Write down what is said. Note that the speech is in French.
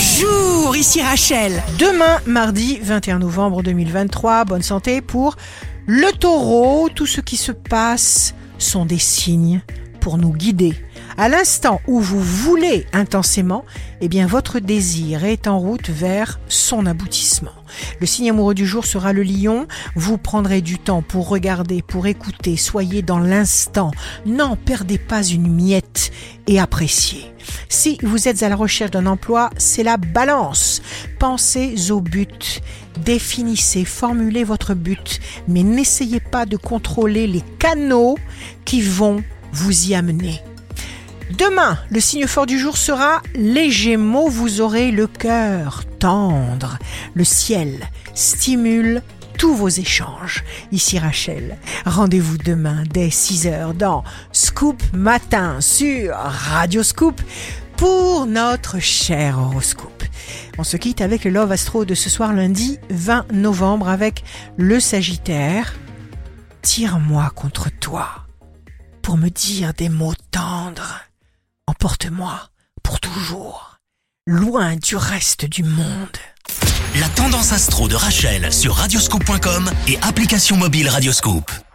Bonjour, ici Rachel. Demain, mardi 21 novembre 2023, bonne santé pour le taureau. Tout ce qui se passe sont des signes pour nous guider. À l'instant où vous voulez intensément, votre désir est en route vers son aboutissement. Le signe amoureux du jour sera le lion. Vous prendrez du temps pour regarder, pour écouter. Soyez dans l'instant. N'en perdez pas une miette et appréciez. Si vous êtes à la recherche d'un emploi, c'est la balance. Pensez au but. Définissez, formulez votre but, mais n'essayez pas de contrôler les canaux qui vont vous y amener. Demain, le signe fort du jour sera les Gémeaux. Vous aurez le cœur tendre. Le ciel stimule tous vos échanges. Ici Rachel, rendez-vous demain dès 6h dans Scoop Matin sur Radio Scoop pour notre cher horoscope. On se quitte avec le Love Astro de ce soir lundi 20 novembre avec le Sagittaire. Tire-moi contre toi pour me dire des mots tendres. Emporte-moi pour toujours, loin du reste du monde. La tendance astro de Rachel sur radioscoop.com et application mobile Radioscoop.